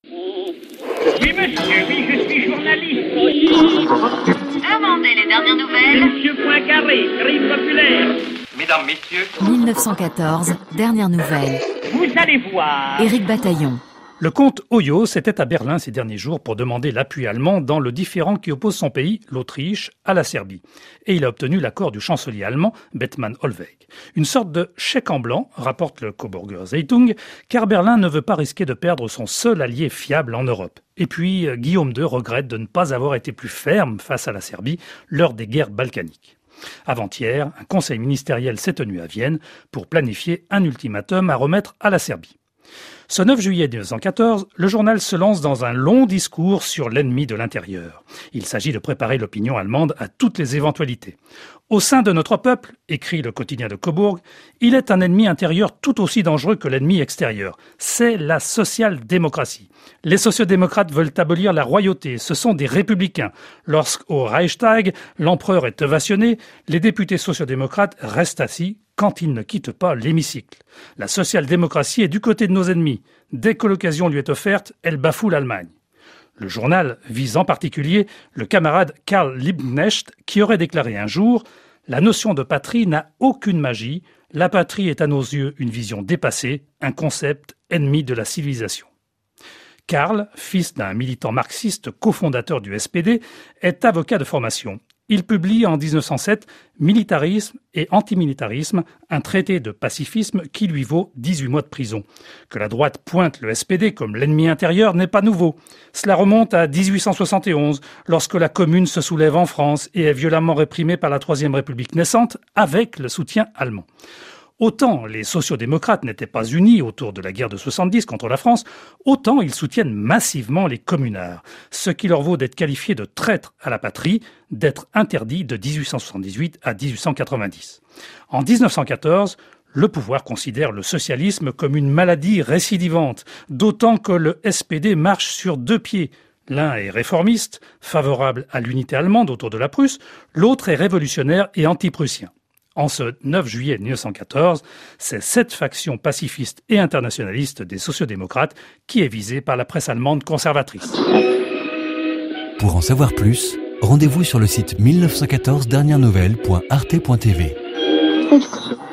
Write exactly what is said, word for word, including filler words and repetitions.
Oui, monsieur, oui, je suis journaliste. Demandez les dernières nouvelles. Monsieur Poincaré, crime populaire. Mesdames, messieurs. mille neuf cent quatorze, dernière nouvelle. Vous allez voir. Éric Bataillon. Le comte Hoyos était à Berlin ces derniers jours pour demander l'appui allemand dans le différend qui oppose son pays, l'Autriche, à la Serbie. Et il a obtenu l'accord du chancelier allemand, Bethmann Hollweg. Une sorte de chèque en blanc, rapporte le Coburger Zeitung, car Berlin ne veut pas risquer de perdre son seul allié fiable en Europe. Et puis, Guillaume deux regrette de ne pas avoir été plus ferme face à la Serbie lors des guerres balkaniques. Avant-hier, un conseil ministériel s'est tenu à Vienne pour planifier un ultimatum à remettre à la Serbie. Ce neuf juillet mille neuf cent quatorze, le journal se lance dans un long discours sur l'ennemi de l'intérieur. Il s'agit de préparer l'opinion allemande à toutes les éventualités. Au sein de notre peuple, écrit le quotidien de Cobourg, il est un ennemi intérieur tout aussi dangereux que l'ennemi extérieur. C'est la social-démocratie. Les sociodémocrates veulent abolir la royauté. Ce sont des républicains. Lorsqu'au Reichstag, l'empereur est ovationné, les députés sociodémocrates restent assis quand ils ne quittent pas l'hémicycle. La social-démocratie est du côté de nos ennemis. Dès que l'occasion lui est offerte, elle bafoue l'Allemagne. Le journal vise en particulier le camarade Karl Liebknecht qui aurait déclaré un jour « La notion de patrie n'a aucune magie. La patrie est à nos yeux une vision dépassée, un concept ennemi de la civilisation. » Karl, fils d'un militant marxiste cofondateur du S P D, est avocat de formation. Il publie en dix-neuf cent sept « Militarisme et antimilitarisme », un traité de pacifisme qui lui vaut dix-huit mois de prison. Que la droite pointe le S P D comme l'ennemi intérieur n'est pas nouveau. Cela remonte à dix-huit cent soixante et onze, lorsque la Commune se soulève en France et est violemment réprimée par la Troisième République naissante avec le soutien allemand. Autant les sociodémocrates n'étaient pas unis autour de la guerre de soixante-dix contre la France, autant ils soutiennent massivement les communards, ce qui leur vaut d'être qualifiés de traîtres à la patrie, d'être interdits de dix-huit cent soixante-dix-huit à dix-huit cent quatre-vingt-dix. En dix-neuf cent quatorze, le pouvoir considère le socialisme comme une maladie récidivante, d'autant que le S P D marche sur deux pieds. L'un est réformiste, favorable à l'unité allemande autour de la Prusse, l'autre est révolutionnaire et anti-prussien. En ce neuf juillet mille neuf cent quatorze, c'est cette faction pacifiste et internationaliste des sociodémocrates qui est visée par la presse allemande conservatrice. Pour en savoir plus, rendez-vous sur le site mille neuf cent quatorze dernières nouvelles point arte point t v.